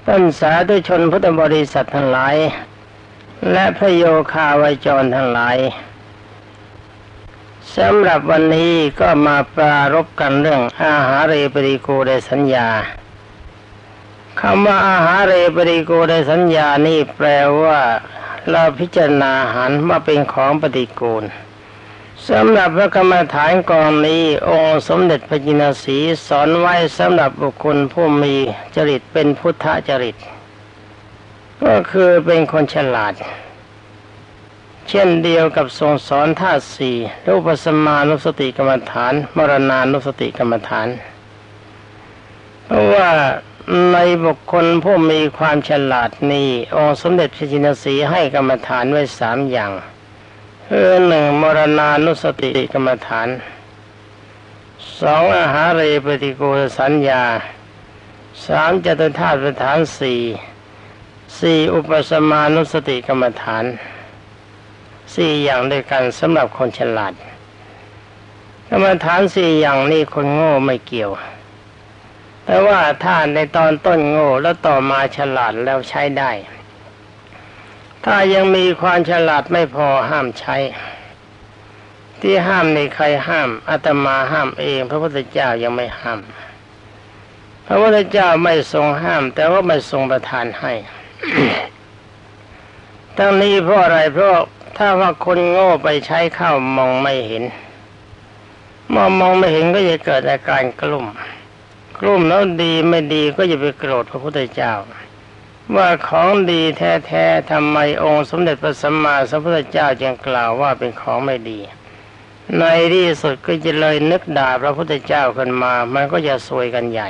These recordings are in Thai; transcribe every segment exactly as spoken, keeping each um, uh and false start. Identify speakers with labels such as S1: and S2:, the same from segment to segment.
S1: ท่านสาธุชนพุทธบริษัททั้งหลายและพระโยคาวจรทั้งหลายสำหรับวันนี้ก็มาปรารภกันเรื่องอาหาเรปริโกเดสัญญาคำว่าอาหาเรปริโกเดสัญญานี่แปลว่าเราพิจารณาอาหารว่าเป็นของปฏิกูลสำหรับพระกรรมฐานกองนี้องค์สมเด็จพระจินสีสอนไว้สำหรับบุคคลผู้มีจริตเป็นพุทธจริตก็คือเป็นคนฉลาดเช่นเดียวกับทรงสอนธาตุสี่รูปสมานุสติกรรมฐานมรณานุสติกรรมฐานเพราะว่าในบุคคลผู้มีความฉลาดนี้องค์สมเด็จพระจินสีให้กรรมฐานไว้สามอย่างคือหนึ่งมรณานุสติกรรมฐานสองอาหาเรปฏิโกณสัญญาสามจตุธาตุฐานสี่สี่อุปสมานุสติกรรมฐานสี่อย่างด้วยกันสำหรับคนฉลาดกรรมฐานสี่อย่างนี้คนโง่ไม่เกี่ยวแต่ว่าถ้าในตอนต้นโง่แล้วต่อมาฉลาดแล้วใช้ได้ถ้ายังมีความฉลาดไม่พอห้ามใช้ที่ห้ามในใครห้ามอาตมาห้ามเองพระพุทธเจ้ายังไม่ห้ามพระพุทธเจ้าไม่ทรงห้ามแต่ว่าไม่ทรงประทานให้ ทั้งนี้เพราะอะไรเพราะถ้าว่าคนโง่ไปใช้ข้าวมองไม่เห็นมองมองไม่เห็นก็จะเกิดอาการกลุ้มกลุ้มแล้วดีไม่ดีก็จะไปโกรธพระพุทธเจ้าว่าของดีแท้ๆทำไมองค์สมเด็จพระสัมมาสัมพุทธเจ้าจึงกล่าวว่าเป็นของไม่ดีในที่สุดก็จะเลยนึกด่าพระพุทธเจ้าขึ้นมามันก็จะซวยกันใหญ่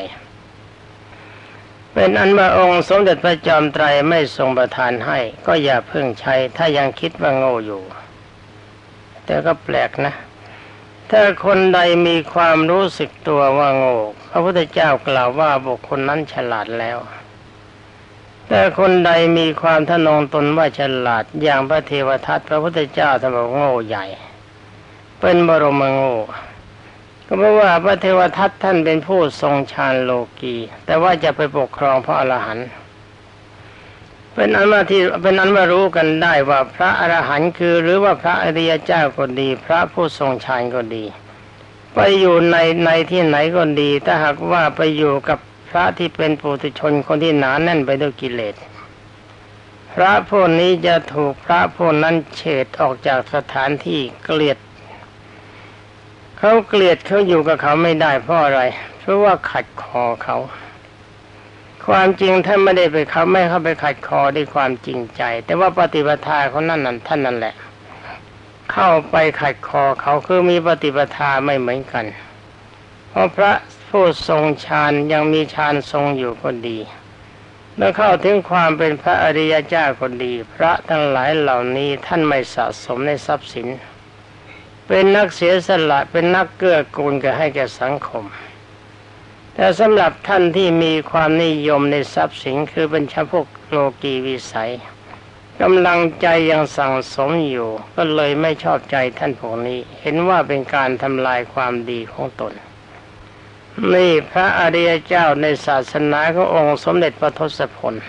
S1: เป็นอันว่าองค์สมเด็จพระจอมไตรไม่ทรงประทานให้ก็อย่าเพิ่งใช้ถ้ายังคิดว่าโง่อยู่แต่ก็แปลกนะถ้าคนใดมีความรู้สึกตัวว่าโง่พระพุทธเจ้ากล่าวว่าบุคคลนั้นฉลาดแล้วแต่คนใดมีความทะนงตนว่าฉลาดอย่างพระเทวทัตพระพุทธเจ้าท่านบอกโง่ใหญ่เป็นบรมโง่ก็เพราะว่าพระเทวทัตท่านเป็นผู้ทรงฌานโลกีแต่ว่าจะไปปกครองพระอรหันต์เป็นอันว่าที่เป็นอันว่ารู้กันได้ว่าพระอรหันต์คือหรือว่าพระอริยเจ้าก็ดีพระผู้ทรงฌานก็ดีไปอยู่ในในที่ไหนก็ดีถ้าหากว่าไปอยู่กับพระที่เป็นปุถุชนคนที่หนาแน่นไปด้วยกิเลสพระพวกนี้จะถูกพระพวกนั้นเฉดออกจากสถานที่เกลียดเขาเกลียดเขาอยู่กับเขาไม่ได้เพราะอะไรเพราะว่าขัดคอเขาความจริงท่านไม่ได้ไปเขาไม่เข้าไปขัดคอด้วยความจริงใจแต่ว่าปฏิปทาเขานั่นนั่นท่านนั่นแหละเข้าไปขัดคอเขาคือมีปฏิปทาไม่เหมือนกันเพราะพระผู้ทรงฌานยังมีฌานทรงอยู่ก็ดีแล้วเข้าถึงความเป็นพระอริยเจ้าก็ดีพระทั้งหลายเหล่านี้ท่านไม่สะสมในทรัพย์สินเป็นนักเสียสละเป็นนักเกื้อกูลแก่ให้แก่สังคมแต่สำหรับท่านที่มีความนิยมในทรัพย์สินคือเป็นเฉพาะโลกีวิสัยกำลังใจยังสั่งสมอยู่ก็เลยไม่ชอบใจท่านพวกนี้เห็นว่าเป็นการทำลายความดีของตนนี่พระอริยเจ้าในศาสนาขององค์สมเด็จพระทศพล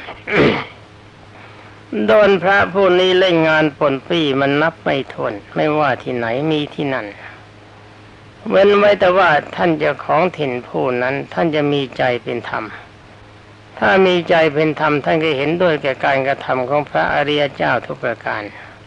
S1: โดนพระผู้นี้เล่นงานปนปี้มันนับไม่ถ้วนไม่ว่าที่ไหนมีที่นั่นเว้นไว้แต่ว่าท่านเจ้าของถิ่นผู้นั้นท่านจะมีใจเป็นธรรมถ้ามีใจเป็นธรรมท่านก็เห็นด้วยแก่การกระทำของพระอริยเจ้าทุกประการ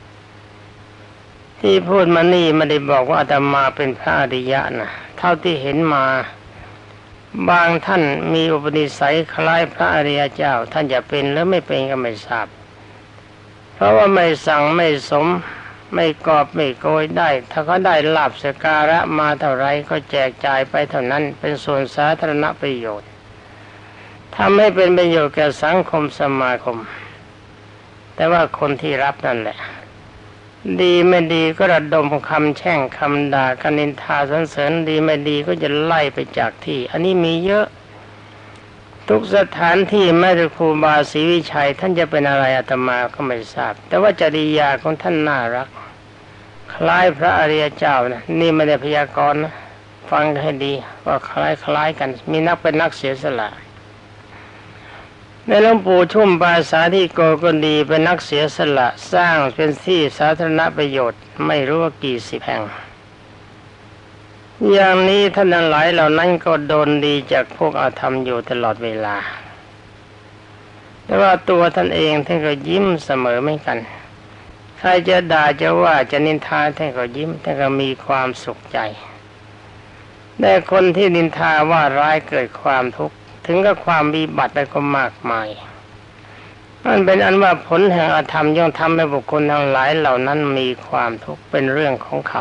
S1: ที่พูดมานี่ไม่ได้บอกว่าอาตมาเป็นพระอริยะนะเท่าที่เห็นมาบางท่านมีอุปนิสัยคล้ายพระอริยเจ้าท่านจะเป็นหรือไม่เป็นก็ไม่ทราบเพราะว่าไม่สั่งไม่สมไม่กอบไม่โกยได้ถ้าเขาได้ลาภสักการะมาเท่าไรก็แจกจ่ายไปเท่านั้นเป็นส่วนสาธารณประโยชน์ทำให้เป็นประโยชน์แก่สังคมสมาคมแต่ว่าคนที่รับนั่นแหละดีไม่ดีก็ระดมคำแช่งคำด่ากันนินทาสรรเสริญดีไม่ดีก็จะไล่ไปจากที่อันนี้มีเยอะทุกสถานที่แม้แต่ครูบาศรีวิชัยท่านจะเป็นอะไรอาตมาก็ไม่ทราบแต่ว่าจริยาของท่านน่ารักคล้ายพระอริยเจ้านะนี่ไม่ได้พยากรณ์นะฟังให้ดีว่าคล้ายคล้ายกันมีนักเป็นนักเสียสละในหลวงปู่ชุ่มปาสาธิโกก็ดีเป็นนักเสียสละสร้างเป็นที่สาธารณประโยชน์ไม่รู้ว่ากี่สิบแห่งอย่างนี้ท่านทั้งหลายเหล่านั้นก็โดนดีจากพวกอาธรรมอยู่ตลอดเวลาแต่ว่าตัวท่านเองท่านก็ยิ้มเสมอเหมือนกันใครจะด่าจะว่าจะนินทาท่านก็ยิ้มท่านก็มีความสุขใจแต่คนที่นินทาว่าร้ายเกิดความทุกข์ถึงกับความวิบัติไปก็มากมายมันเป็นอันว่าผลแห่งอาธรรมย่อมทำให้บุคคลทั้งหลายเหล่านั้นมีความทุกข์เป็นเรื่องของเขา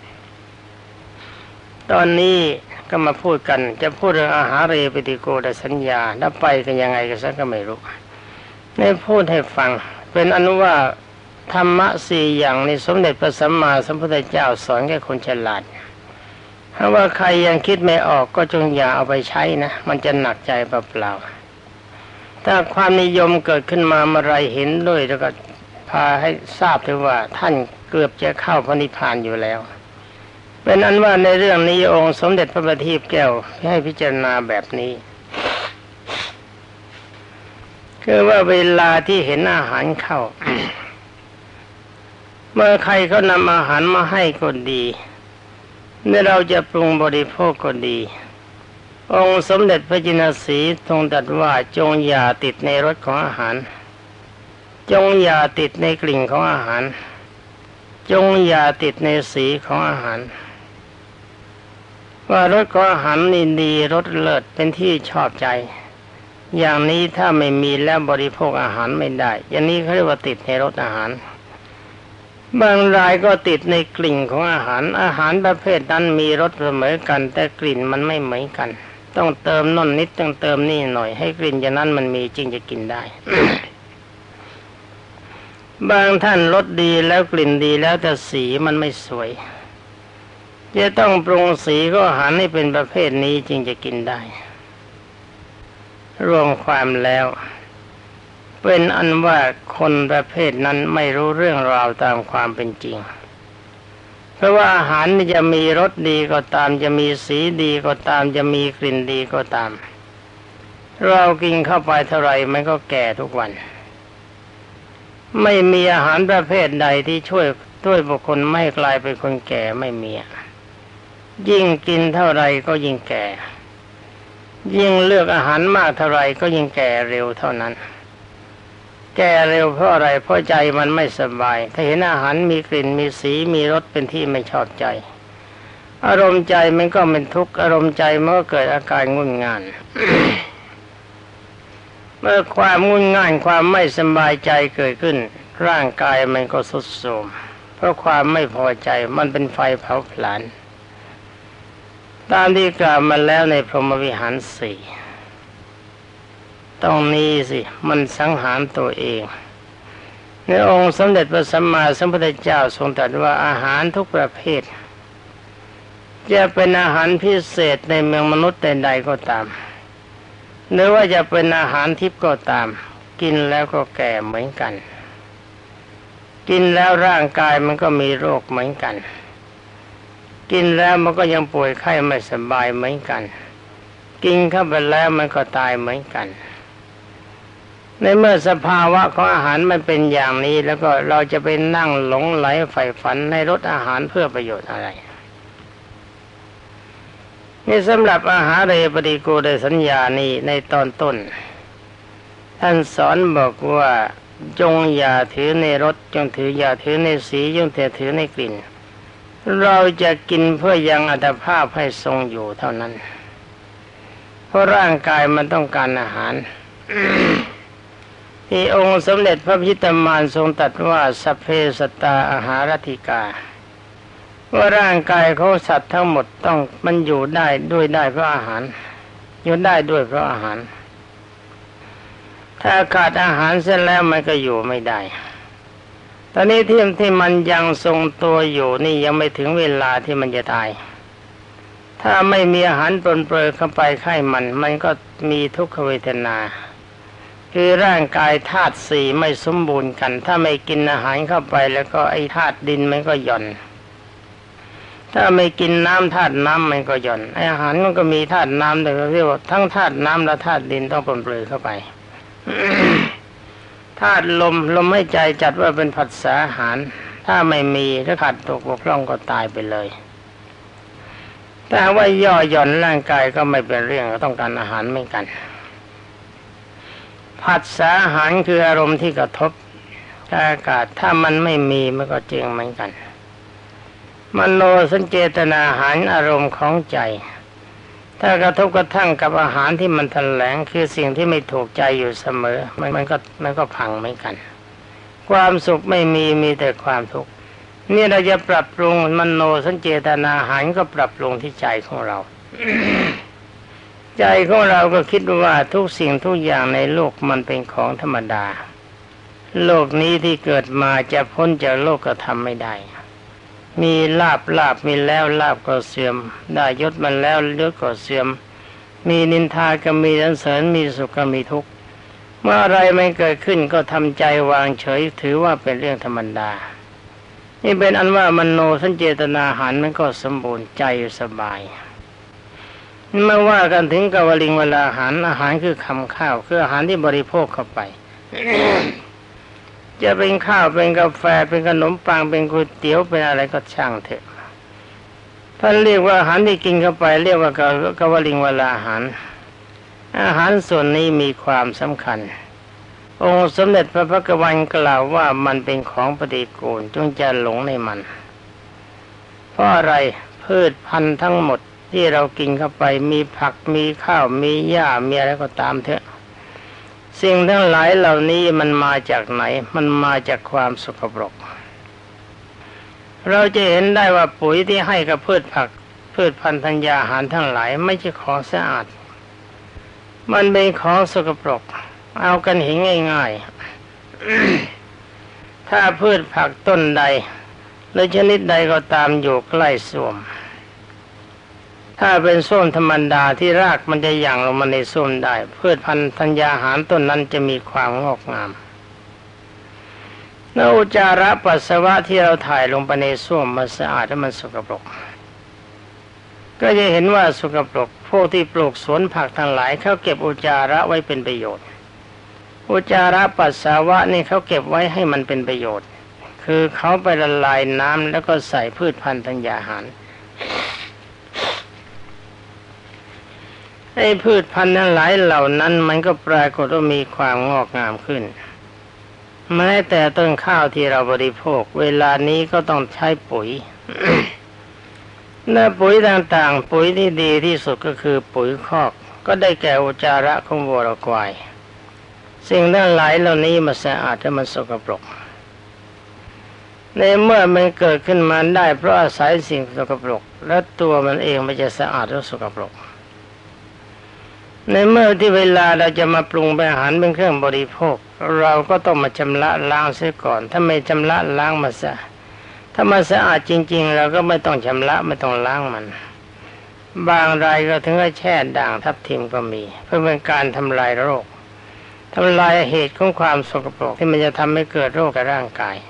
S1: ตอนนี้ก็มาพูดกันจะพูดเรื่องอาหารเรปฏิโกฏสัญญาแล้วไปกันยังไงกันสักก็ไม่รู้ในพูดให้ฟังเป็นอนุว่าธรรมะสี่อย่างในสมเด็จพระสัมมาสัมพุทธเจ้าสอนแก่คนฉลาดถ้าว่าใครยังคิดไม่ออกก็จงอย่าเอาไปใช้นะมันจะหนักใจเปล่าๆถ้าความนิยมเกิดขึ้นมาเมื่อไรเห็นด้วยแล้วก็พาให้ทราบถึงว่าท่านเกือบจะเข้าพระนิพพานอยู่แล้วเป็นอันว่าในเรื่องนี้องค์สมเด็จพระบัณฑิตแก้วให้พิจารณาแบบนี้คือว่าเวลาที่เห็นอาหารเข้า เมื่อใครเขานำอาหารมาให้ก็ดีเมื่อเราจะปรุงบริโภคก็ดีองค์สมเด็จพระจินสีห์ทรงตรัสว่าจงอย่าติดในรสของอาหารจงอย่าติดในกลิ่นของอาหารจงอย่าติดในสีของอาหารว่ารสของอาหารนี่ดีรสเลิศเป็นที่ชอบใจอย่างนี้ถ้าไม่มีแล้วบริโภคอาหารไม่ได้อย่างนี้เขาเรียกว่าติดในรสอาหารบางรายก็ติดในกลิ่นของอาหารอาหารประเภทนั้นมีรสเสมอกันแต่กลิ่นมันไม่เหมือนกันต้องเติมน่นนิดต้องเติมนี่หน่อยให้กลิ่นอย่างนั้นมันมีจริงจะกินได้ บางท่านรสดีแล้วกลิ่นดีแล้วแต่สีมันไม่สวยจะต้องปรุงสีก็อาหารให้เป็นประเภทนี้จึงจะกินได้รวมความแล้วเป็นอันว่าคนประเภทนั้นไม่รู้เรื่องราวตามความเป็นจริงเพราะว่าอาหารจะมีรสดีก็ตามจะมีสีดีก็ตามจะมีกลิ่นดีก็ตามเรากินเข้าไปเท่าไรมันก็แก่ทุกวันไม่มีอาหารประเภทใดที่ช่วยช่วยบุคคลไม่ให้กลายเป็นคนแก่ไม่มียิ่งกินเท่าไรก็ยิ่งแก่ยิ่งเลือกอาหารมากเท่าไรก็ยิ่งแก่เร็วเท่านั้นแก่เร็วเพราะอะไรเพราะใจมันไม่สบายถ้าเห็นอาหารมีกลิ่นมีสีมีรสเป็นที่ไม่ชอบใจอารมณ์ใจมันก็เป็นทุกข์อารมณ์ใจมันก็เกิดอาการงุ่นง่าน เมื่อความงุ่นง่านความไม่สบายใจเกิดขึ้นร่างกายมันก็ทรุดโทรมเพราะความไม่พอใจมันเป็นไฟเผาผลาญตามที่กล่าวมาแล้วในพรหมวิหารสี่ตรงนี้สิมันสังหารตัวเองในองค์สมเด็จพระสัมมาสัมพุทธเจ้าทรงตรัสว่าอาหารทุกประเภทจะเป็นอาหารพิเศษในเมืองมนุษย์ใดๆก็ตามหรือว่าจะเป็นอาหารทิพย์ก็ตามกินแล้วก็แก่เหมือนกันกินแล้วร่างกายมันก็มีโรคเหมือนกันกินแล้วมันก็ยังป่วยไข้ไม่สบายเหมือนกันกินเข้าไปแล้วมันก็ตายเหมือนกันในเมื่อสภาวะของอาหารมันเป็นอย่างนี้แล้วก็เราจะไปนั่งหลงไหลใฝ่ฝันในรสอาหารเพื่อประโยชน์อะไรนี่สำหรับอาหารเรปฏิโกฏสัญญานี้ในตอนต้นท่านสอนบอกว่าจงอย่าถือในรสจงถืออย่าถือในสีจงแต่ถือในกลิ่นเราจะกินเพื่อยังอัตภาพให้ทรงอยู่เท่านั้นเพราะร่างกายมันต้องการอาหาร ที่องค์สมเด็จพระพิตามารทรงตรัสว่าสัพเพสัตตาอาหารติกาว่าร่างกายของสัตว์ทั้งหมดต้องมันอยู่ได้ด้วยได้เพราะอาหารอยู่ได้ด้วยเพราะอาหารถ้าขาดอาหารเสียแล้วมันก็อยู่ไม่ได้ตอนนี้ที่ที่มันยังทรงตัวอยู่นี่ยังไม่ถึงเวลาที่มันจะตายถ้าไม่มีอาหารปรนเปรอเข้าไปไข้มันมันก็มีทุกขเวทนาคือร่างกายธาตุสี่ไม่สมบูรณ์กันถ้าไม่กินอาหารเข้าไปแล้วก็ไอ้ธาตุดินมันก็หย่อนถ้าไม่กินน้ำธาตุน้ำมันก็หย่อนไอ้อาหารมันก็มีธาตุน้ำแต่เรียกว่าทั้งธาตุน้ำและธาตุดินต้องปรนเปรอเข้าไปธาตุลมลมให้ใจจัดว่าเป็นผัสสะอาหารถ้าไม่มีถ้าขาดตกบกพร่องก็ตายไปเลยแต่ว่าย่อหย่อนร่างกายก็ไม่เป็นเรื่องก็ต้องการอาหารเหมือนกันผัสสะอาหารคืออารมณ์ที่กระทบอากาศถ้ามันไม่มีมันก็เจ๊งเหมือนกันมโนสัญเจตนาอาหารอารมณ์ของใจถ้ากระทบกระทั่งกับอาหารที่มันแถลงคือสิ่งที่ไม่ถูกใจอยู่เสมอมันมันก็มันก็พังเหมือนกันความสุขไม่มีมีแต่ความทุกข์นี่เราจะปรับปรุงมโนสัญเจตนาอาหารก็ปรับปรุงที่ใจของเรา ใจของเราก็คิดว่าทุกสิ่งทุกอย่างในโลกมันเป็นของธรรมดาโลกนี้ที่เกิดมาจะพ้นจากโลกก็ทำไม่ได้มีลาภลาภมีแล้วลาภก็เสื่อมได้ยศมันแล้วยศก็เสื่อมมีนินทาก็มีสรรเสริญมีสุขก็มีทุกข์เมื่ออะไรไม่เกิดขึ้นก็ทำใจวางเฉยถือว่าเป็นเรื่องธรรมดานี่เป็นอันว่ามโนสัญเจตนาอาหารมันก็สมบูรณ์ใจสบายเมื่อว่ากันถึงกวลิงเวลาอาหารอาหารคือคำข้าวคืออาหารที่บริโภคเข้าไป จะเป็นข้าวเป็นกาแฟเป็นขนมปังเป็นก๋วยเตี๋ยวเป็นอะไรก็ช่างเถอะท่านเรียกว่าอาหารที่กินเข้าไปเรียกว่ากวลิงเวลาอาหารอาหารส่วนนี้มีความสำคัญองค์สมเด็จพระพักวันกล่าวว่ามันเป็นของปฏิกูลจงจะหลงในมันเพราะอะไรพืชพันธุ์ทั้งหมดที่เรากินเข้าไปมีผักมีข้าวมีหญ้ามีอะไรก็ตามเถอะสิ่งทั้งหลายเหล่านี้มันมาจากไหนมันมาจากความสกปรกเราจะเห็นได้ว่าปุ๋ยที่ให้กับพืชผักพืชพันธุ์ธัญญาหารทั้งหลายไม่ใช่ของสะอาดมันเป็นของสกปรกเอากันเห็นง่ายๆ ถ้าพืชผักต้นใดหรือชนิดใดก็ตามอยู่ใกล้ส้วมถ้าเป็นส้วมธรรมดาที่รากมันจะหยั่งลงมาในส้วมได้พืชพันธุ์ธัญญาหารต้นนั้นจะมีความงอกงามแล้วอุจจาระปัสสาวะที่เราถ่ายลงไปในส้วมมันสะอาดและมันสกปรกก็จะเห็นว่าสกปรกพวกที่ปลูกสวนผักทั้งหลายเขาเก็บอุจจาระไว้เป็นประโยชน์อุจจาระปัสสาวะนี่เขาเก็บไว้ให้มันเป็นประโยชน์คือเขาไปละลายน้ำแล้วก็ใส่พืชพันธุ์ธัญญาหารไอ้พืชพันธุ์ทั้งหลายเหล่านั้นมันก็ปรากฏว่ามีความงอกงามขึ้นแม้แต่ต้นข้าวที่เราบริโภคเวลานี้ก็ต้องใช้ปุ๋ย และปุ๋ยต่างๆปุ๋ยที่ดีที่สุดก็คือปุ๋ยคอกก็ได้แก่อุจจาระของวัวควายสิ่งทั้งหลายเหล่านี้มันสะอาดและมันสกปรกในเมื่อมันเกิดขึ้นมาได้เพราะอาศัยสิ่งสกปรกและตัวมันเองมันจะสะอาดและสกปรกในเมื่อที่เวลาเราจะมาปรุงเป็นอาหารเป็นเครื่องบริโภคเราก็ต้องมาชำระล้างเสียก่อนถ้าไม่ชำระล้างมันซะถ้ามันสะอาดจริงๆเราก็ไม่ต้องชำระไม่ต้องล้างมันบางรายก็ถึงกับแช่ด่างทับทิมก็มีเพื่อเป็นการทำลายโรคทำลายเหตุของความสกปรกที่มันจะทำให้เกิดโรคกับร่างกาย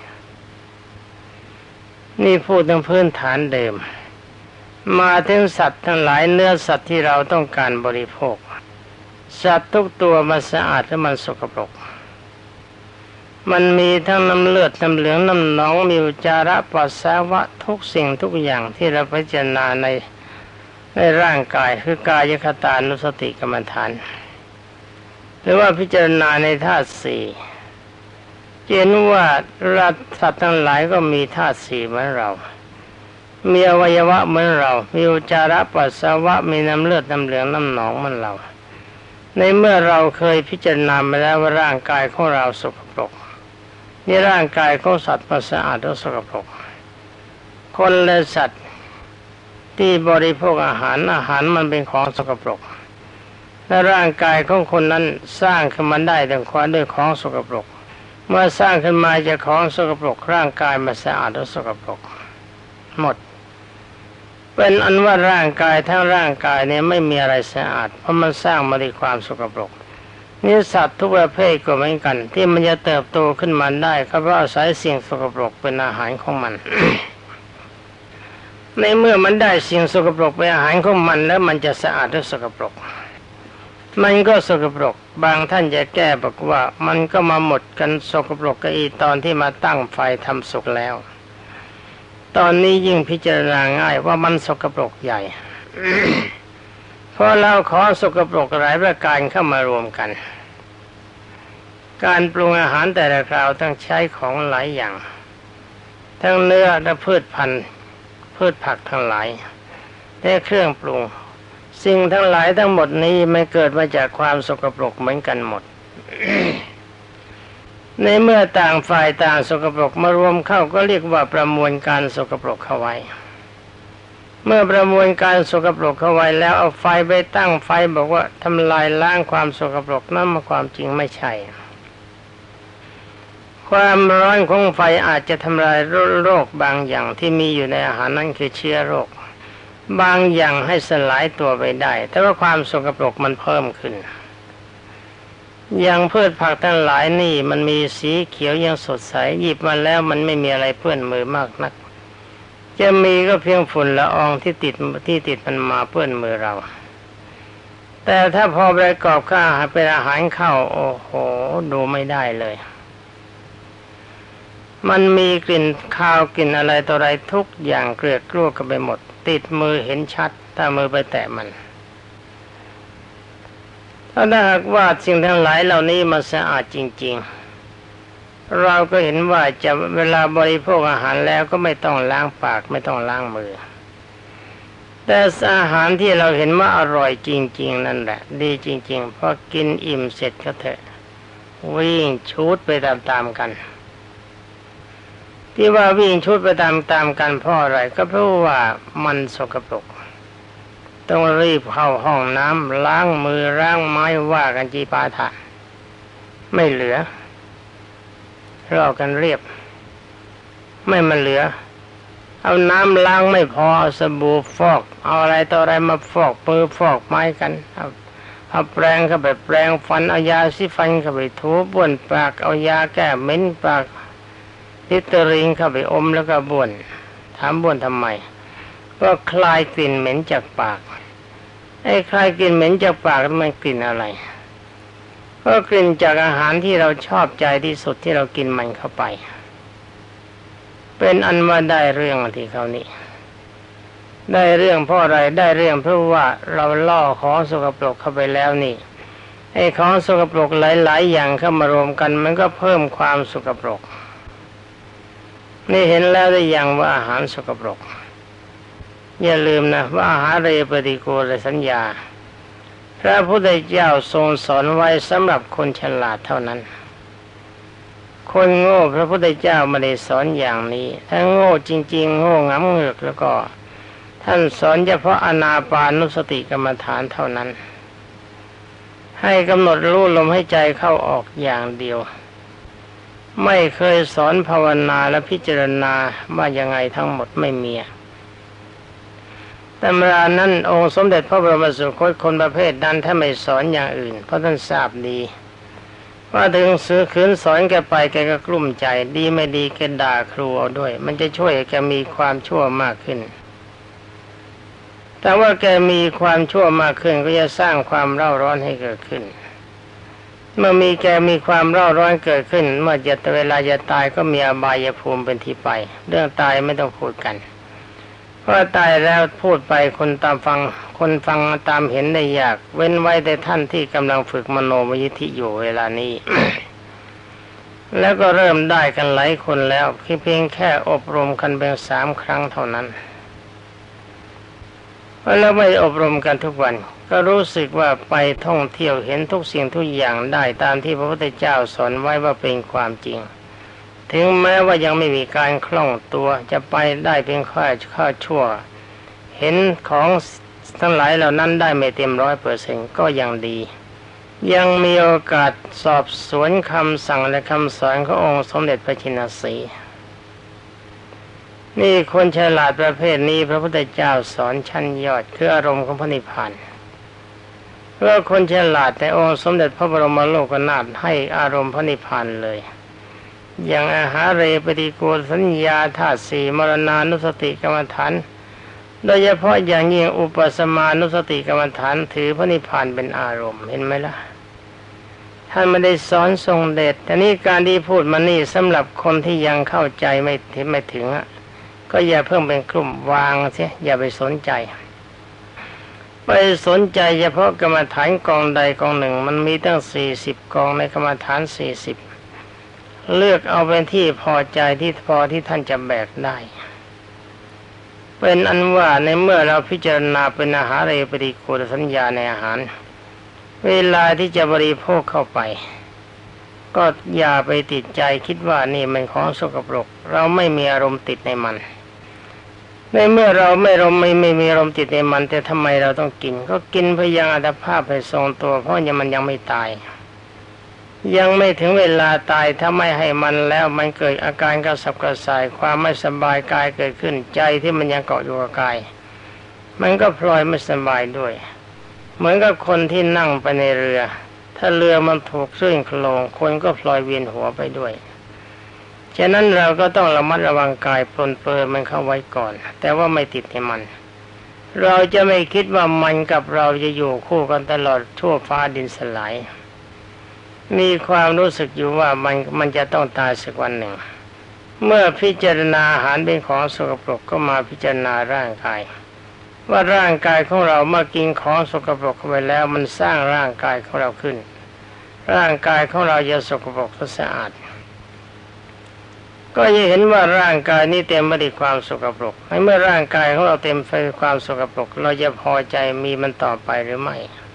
S1: นี่พูดถึงพื้นฐานเดิมมาถึงสัตว์ทั้งหลายเนื้อสัตว์ที่เราต้องการบริโภคสัตว์ทุกตัวมันสะอาดและมันสกปรกมันมีทั้งน้ำเลือดน้ำเหลืองน้ำหนองมีอุจจาระปัสสาวะทุกสิ่งทุกอย่างที่เราพิจารณาในในร่างกายคือกายคตานุสติกรรมฐานหรือว่าพิจารณาในธาตุสี่เห็นว่าสัตว์ทั้งหลายก็มีธาตุสี่เหมือนเรามีอวัยวะเหมือนเรามีอุจจาระปัสสาวะมีน้ำเลือดน้ำเหลืองน้ำหนองเหมือนเราในเมื่อเราเคยพิจารณามาแล้วว่าร่างกายของเราสกปรกนี่ร่างกายของสัตว์มันสะอาดและสกปรกคนและสัตว์ที่บริโภคอาหารอาหารมันเป็นของสกปรกและร่างกายของคนนั้นสร้างขึ้นมาได้ด้วยความด้วยของสกปรกเมื่อสร้างขึ้นมาจากของสกปรกร่างกายมันสะอาดและสกปรกหมดเป็นอันว่าร่างกายทั้งร่างกายเนี่ยไม่มีอะไรสะอาดเพราะมันสร้างมาด้วยความสกปรกนี่สัตว์ทุกประเภทก็เหมือนกันที่มันจะเติบโตขึ้นมาได้ก็เพราะอาศัยสิ่งสกปรกเป็นอาหารของมัน ในเมื่อมันได้สิ่งสกปรกเป็นอาหารของมันแล้วมันจะสะอาดหรือสกปรกมันก็สกปรกบางท่านจะแก้บอกว่ามันก็มาหมดกันสกปรกก็อีตอนที่มาตั้งไฟทำสุกแล้วตอนนี้ยิ่งพิจารณาง่ายว่ามันสกปรกใหญ่ เพราะเราขอสกปรกหลายประการเข้ามารวมกันการปรุงอาหารแต่ละคราวต้องใช้ของหลายอย่างทั้งเนื้อและพืชพันธุ์พืชผักทั้งหลายและเครื่องปรุงสิ่งทั้งหลายทั้งหมดนี้ไม่เกิดมาจากความสกปรกเหมือนกันหมด ในเมื่อต่างฝ่ายต่างสกปรกมารวมเข้าก็เรียกว่าประมวลการสกปรกเข้าไว้เมื่อประมวลการสกปรกเข้าไว้แล้วเอาไฟไปตั้งไฟบอกว่าทำลายล้างความสกปรกนั้นมาความจริงไม่ใช่ความร้อนของไฟอาจจะทำลายโรคบางอย่างที่มีอยู่ในอาหารนั่นคือเชื้อโรคบางอย่างให้สลายตัวไปได้แต่ว่าความสกปรกมันเพิ่มขึ้นอย่างพืชผักทั้งหลายนี่มันมีสีเขียวยังสดใสหยิบมาแล้วมันไม่มีอะไรเปื้อนมือมากนักจะมีก็เพียงฝุ่นละอองที่ติดที่ติดมันมาเปื้อนมือเราแต่ถ้าพอประกอบข้าวเป็นอาหารเข้าโอ้โหดูไม่ได้เลยมันมีกลิ่นคาวกลิ่นอะไรต่ออะไรทุกอย่างเกลือกกลัวกันไปหมดติดมือเห็นชัดถ้ามือไปแตะมันถ้าหากว่าสิ่งทั้งหลายเหล่านี้มันสะอาดจริงๆเราก็เห็นว่าจะเวลาบริโภคอาหารแล้วก็ไม่ต้องล้างปากไม่ต้องล้างมือแต่อาหารที่เราเห็นว่าอร่อยจริงๆนั่นแหละดีจริงๆพอกินอิ่มเสร็จก็เถอะวิ่งชูดไปตามๆกันที่ว่าวิ่งชุดไปตามๆกันเพราะอะไรก็เพราะว่ามันสกปรกต้องรีบเข้าห้องน้ำล้างมือล้างไม้ว่ากันจีปาถะไม่เหลือรอกันเรียบไม่มันเหลือเอาน้ำล้างไม่พอสบู่ฟอกเอาอะไรต่ออะไรมาฟอกมือฟอกไม้กันเอาเอาแปรงเข้าไปแปรงฟันเอายาสีฟันเข้าไปถูบ้วนปากเอายาแก้เหม็นปากลิตเริงเข้าไปอมแล้วก็บ้วนถามบ้วนทำไมก็คลายกลิ่นเหม็นจากปากไอ้คลายกลิ่นเหม็นจากปากมันกลิ่นอะไรก็กลิ่นจากอาหารที่เราชอบใจที่สุดที่เรากินมันเข้าไปเป็นอันว่าได้เรื่องที่เขานี่ได้เรื่องเพราะอะไรได้เรื่องเพราะว่าเราล่อของสกปรกเข้าไปแล้วนี่ไอ้ของสกปรกหลายๆอย่างเข้ามารวมกันมันก็เพิ่มความสกปรกนี่เห็นแล้วได้อย่างว่าอาหารสกปรกอย่าลืมนะว่าอาหารเรปฏิโกลสัญญาพระพุทธเจ้าทรงสอนไว้สำหรับคนฉลาดเท่านั้นคนโง่พระพุทธเจ้าไม่ได้สอนอย่างนี้ถ้าโง่จริงๆโง่งำเหงือกแล้วก็ท่านสอนเฉพาะอานาปานุสติกรรมฐานเท่านั้นให้กำหนดรู้ลมให้ใจเข้าออกอย่างเดียวไม่เคยสอนภาวนาและพิจารณาว่ายังไงทั้งหมดไม่มีตำรานั้นองค์สมเด็จพระบรมสุคตคนประเภทนั้นถ้าไม่สอนอย่างอื่นเพราะท่านทราบดีว่าถึงซื้อขืนสอนแกไปแกก็กลุ้มใจดีไม่ดีแกด่าครูเอาด้วยมันจะช่วยแกมีความชั่วมากขึ้นแต่ว่าแกมีความชั่วมากขึ้นก็จะสร้างความเร่าร้อนให้เกิดขึ้นเมื่อมีแกมีความเร่าร้อนเกิดขึ้นเมื่อจะเวลาจะตายก็มีอบายภูมิเป็นที่ไปเรื่องตายไม่ต้องพูดกันเพราะตายแล้วพูดไปคนตามฟังคนฟังตามเห็นได้ยากเว้นไว้แต่ท่านที่กำลังฝึกมโนมยิทธิอยู่เวลานี้ แล้วก็เริ่มได้กันหลายคนแล้วเพียงแค่อบรมกันเพียงสามครั้งเท่านั้นเพราะเราไม่อบรมกันทุกวันก็รู้สึกว่าไปท่องเที่ยวเห็นทุกสิ่งทุกอย่างได้ตามที่พระพุทธเจ้าสอนไว้ว่าเป็นความจริงถึงแม้ว่ายังไม่มีการคล่องตัวจะไปได้เพียงค่าค่าชั่วเห็นของทั้งหลายเหล่านั้นได้ไม่เต็มร้อยเปอร์เซ็นต์ก็ยังดียังมีโอกาสสอบสวนคำสั่งและคำสอนขององค์สมเด็จพระชินสีห์นี่คนฉลาดประเภทนี้พระพุทธเจ้าสอนชั้นยอดคืออารมณ์ของพระนิพพานเพราะคนฉลาดแต่องค์สมเด็จพระบรมโลกนาถให้อารมณ์พระนิพพานเลยอย่างอาหารเรปฏิโกลสัญญาธาตุสี่มรณานุสติกรรมฐานโดยเฉพาะอย่างยิ่งอุปสมานุสติกรรมฐานถือพระนิพพานเป็นอารมณ์เห็นไหมล่ะท่านไม่ได้สอนทรงเดชแต่นี่การที่พูดมานี่สำหรับคนที่ยังเข้าใจไม่ถึงไม่ถึงอ่ะก็อย่าเพิ่งเป็นกลุ่มวางเสียอย่าไปสนใจไปสนใจเฉพาะกรรมฐานกองใดกองหนึ่งมันมีตั้งสี่สิบกองในกรรมฐานสี่สิบเลือกเอาเป็นที่พอใจที่พอที่ท่านจะแบกได้เป็นอันว่าในเมื่อเราพิจารณาเป็นอาหารเรปฏิกูลสัญญาในอาหารเวลาที่จะบริโภคเข้าไปก็อย่าไปติดใจคิดว่านี่มันของสกปรกเราไม่มีอารมณ์ติดในมันในเมื่อเราไม่รมไม่ไม่มีอารมณ์ติดในมันแต่ทำไมเราต้องกินก็กินเพื่อยังอัตภาพให้ทรงตัวเพราะยังมันยังไม่ตายยังไม่ถึงเวลาตายถ้าไม่ให้มันแล้วมันเกิดอาการกระสับกระส่ายความไม่สบายกายเกิดขึ้นใจที่มันยังเกาะอยู่กับกายมันก็พลอยไม่สบายด้วยเหมือนกับคนที่นั่งไปในเรือถ้าเรือมันถูกคลื่นโคลงคนก็พลอยเวียนหัวไปด้วยฉะนั้นเราก็ต้องระมัดระวังกายปลนเปลือยมันเข้าไว้ก่อนแต่ว่าไม่ติดในมันเราจะไม่คิดว่ามันกับเราจะอยู่คู่กันตลอดทั่วฟ้าดินสลายมีความรู้สึกอยู่ว่ามันมันจะต้องตายสักวันหนึ่งเมื่อพิจารณาอาหารเป็นของสกปรกก็มาพิจารณาร่างกายว่าร่างกายของเราเมื่อกินของสกปรกเข้าไปแล้วมันสร้างร่างกายของเราขึ้นร่างกายของเราจะสกปรกสะอาดก็จะเห็นว่าร่างกายนี้เต็มไปด้วยความสกปรกเมื่อร่างกายของเราเต็มไปด้วยความสกปรกเราจะพอใจมีมันต่อไปหรือไม่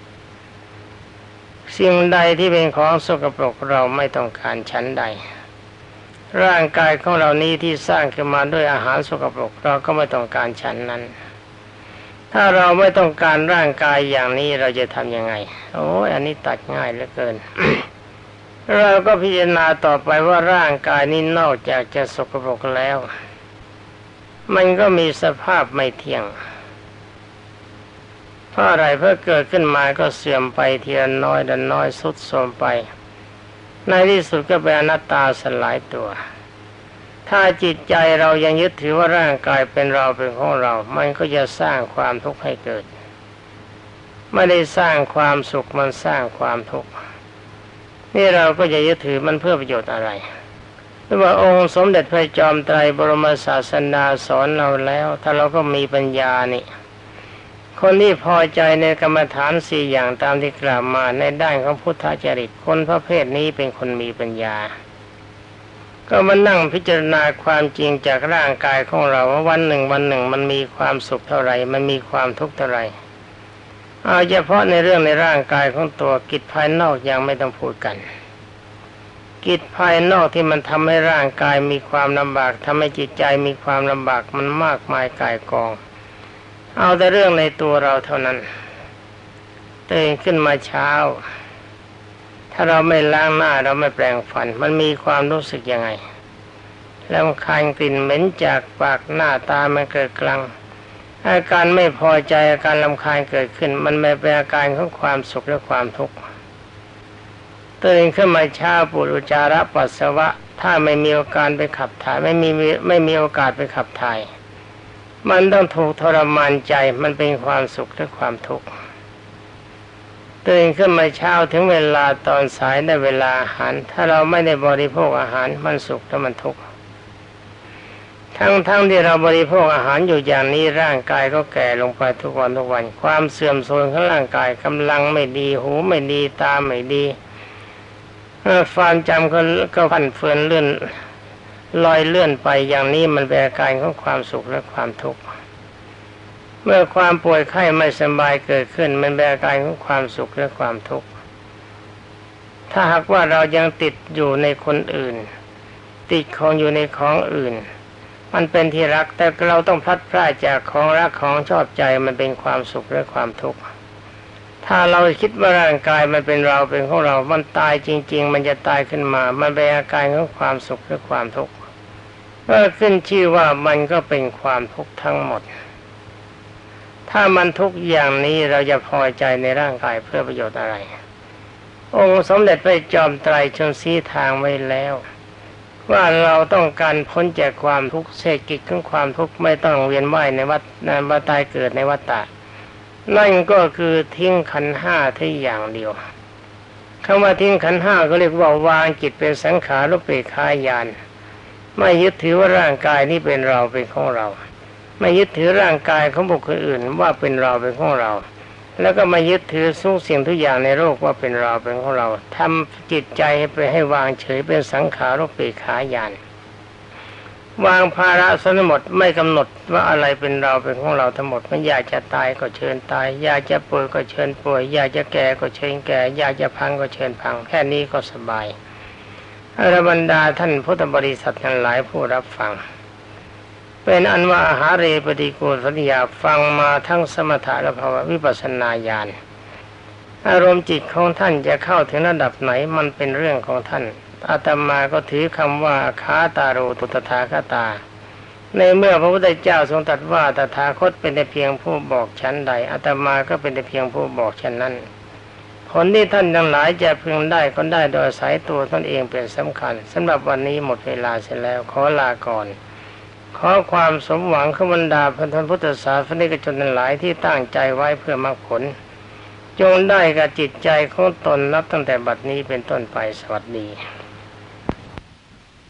S1: สิ่งใดที่เป็นของสกปรกเราไม่ต้องการชั้นใดร่างกายของเรานี้ที่สร้างขึ้นมาด้วยอาหารสกปรกเราก็ไม่ต้องการชั้นนั้นถ้าเราไม่ต้องการร่างกายอย่างนี้เราจะทำยังไงโอ้ยอันนี้ตัดง่ายเหลือเกิน เราก็พิจารณาต่อไปว่าร่างกายนี้นอกจากจะสกปรกแล้วมันก็มีสภาพไม่เที่ยงเพราะอะไรเพื่อเกิดขึ้นมาก็เสื่อมไปทีละน้อยละน้อยทรุดโทรมไปในที่สุดก็เป็นอนัตตาสลายตัวถ้าจิตใจเรายังยึดถือว่าร่างกายเป็นเราเป็นของเรามันก็จะสร้างความทุกข์ให้เกิดไม่ได้สร้างความสุขมันสร้างความทุกข์นี่เราก็จะยึดถือมันเพื่อประโยชน์อะไรหรือว่าองค์สมเด็จพระจอมไตรบรมศาสดาสอนเราแล้วถ้าเราก็มีปัญญานี่คนที่พอใจในกรรมฐานสี่อย่างตามที่กล่าวมาในด้านของพุทธจริตคนประเภทนี้เป็นคนมีปัญญาก็มานั่งพิจารณาความจริงจากร่างกายของเราว่าวันหนึ่งวันหนึ่งมันมีความสุขเท่าไหร่มันมีความทุกข์เท่าไหร่เอาเฉพาะในเรื่องในร่างกายของตัวกิจภายนอกยังไม่ต้องพูดกันกิจภายนอกที่มันทำให้ร่างกายมีความลำบากทำให้จิตใจมีความลำบากมันมากมายก่ายกองเอาแต่เรื่องในตัวเราเท่านั้นตื่นขึ้นมาเช้าถ้าเราไม่ล้างหน้าเราไม่แปรงฟันมันมีความรู้สึกยังไงรำคาญกลิ่นเหม็นจากปากหน้าตามันเกิดกลางอาการไม่พอใจอาการรำคาญเกิดขึ้นมันไม่เป็นอาการของความสุขและความทุกข์ตื่นขึ้นมาเช้าปวดอุจจาระปัสสาวะถ้าไม่มีโอกาสไปขับถ่ายไม่มีไม่มีโอกาสไปขับถ่ายมันต้องถูกทรมานใจมันเป็นความสุขและความทุกข์ตื่นขึ้นมาเช้าถึงเวลาตอนสายได้เวลาอาหารถ้าเราไม่ได้บริโภคอาหารมันสุขและมันทุกข์ทั้งๆ ท, ที่เราบริโภคอาหารอยู่อย่างนี้ร่างกายก็แก่ลงไปทุกวันทุกวันความเสื่อมโทรมของร่างกายกำลังไม่ดีหูไม่ดีตาไม่ดีความจำก็ก็พันเฟือนเลื่อนลอยเลื่อนไปอย่างนี้มันเป็นอาการของความสุขและความทุกข์เมื่อความป่วยไข้ไม่สบายเกิดขึ้นมันเป็นอาการของความสุขและความทุกข์ถ้าหากว่าเรายังติดอยู่ในคนอื่นติดของอยู่ในของอื่นมันเป็นที่รักแต่เราต้องพลัดพรากจากของรักของชอบใจมันเป็นความสุขและความทุกข์ถ้าเราคิดว่าร่างกายมันเป็นเราเป็นของเรามันตายจริงๆมันจะตายขึ้นมามันเป็นอาการของความสุขและความทุกข์ก็ขึ้นชื่อว่ามันก็เป็นความทุกข์ทั้งหมดถ้ามันทุกข์อย่างนี้เราจะพอใจในร่างกายเพื่อประโยชน์อะไรองค์สมเด็จพระจอมไตรทรงชี้ทางไว้แล้วว่าเราต้องการพ้นจากความทุกข์เศรษฐกิจของความทุกข์ไม่ต้องเวียนว่ายในวัฏมาตายเกิดในวัฏฏะนั่นก็คือทิ้งขันธ์ห้าที่อย่างเดียวคำว่าทิ้งขันธ์ห้าก็เรียกว่าวางจิตเป็นสังขารุปเปกขายานไม่ยึดถือว่าร่างกายนี้เป็นเราเป็นของเราไม่ยึดถือร่างกายของบุคคลอื่นว่าเป็นเราเป็นของเราแล้วก็มายึดถือทุกสิ่งทุกอย่างในโลกว่าเป็นเราเป็นของเราทำจิตใจให้ไปให้วางเฉยเป็นสังขารุปเปกขายานวางภาระทั้งหมดไม่กำหนดว่าอะไรเป็นเราเป็นของเราทั้งหมดมันอยากจะตายก็เชิญตายอยากจะป่วยก็เชิญป่วยอยากจะแก่ก็เชิญแก่อยากจะพังก็เชิญพังแค่นี้ก็สบายอรบรรดาท่านพุทธบริษัททั้งหลายผู้รับฟังเป็นอันว่าอาหาเรปฏิกูลสัญญาฟังมาทั้งสมถะและภาวะวิปัสสนาญาณอารมณ์จิตของท่านจะเข้าถึงระดับไหนมันเป็นเรื่องของท่านอาตมาก็ถือคำว่าคาตาโรตุตถาคตาในเมื่อพระพุทธเจ้าทรงตรัสว่าตถาคตเป็นแต่เพียงผู้บอกชั้นใดอาตมาก็เป็นแต่เพียงผู้บอกชั้นนั้นผลที่ท่านทั้งหลายจะพึงได้ก็ได้โดยอาศัยตัวตนเองเป็นสำคัญสำหรับวันนี้หมดเวลาเสร็จแล้วขอลาก่อนขอความสมหวังขบรรดาพันธพุทธศาสนิกชนทั้งหลายที่ตั้งใจไว้เพื่อมรรคผลจงได้กับจิตใจของตนนับตั้งแต่บัดนี้เป็นต้นไปสวัสดี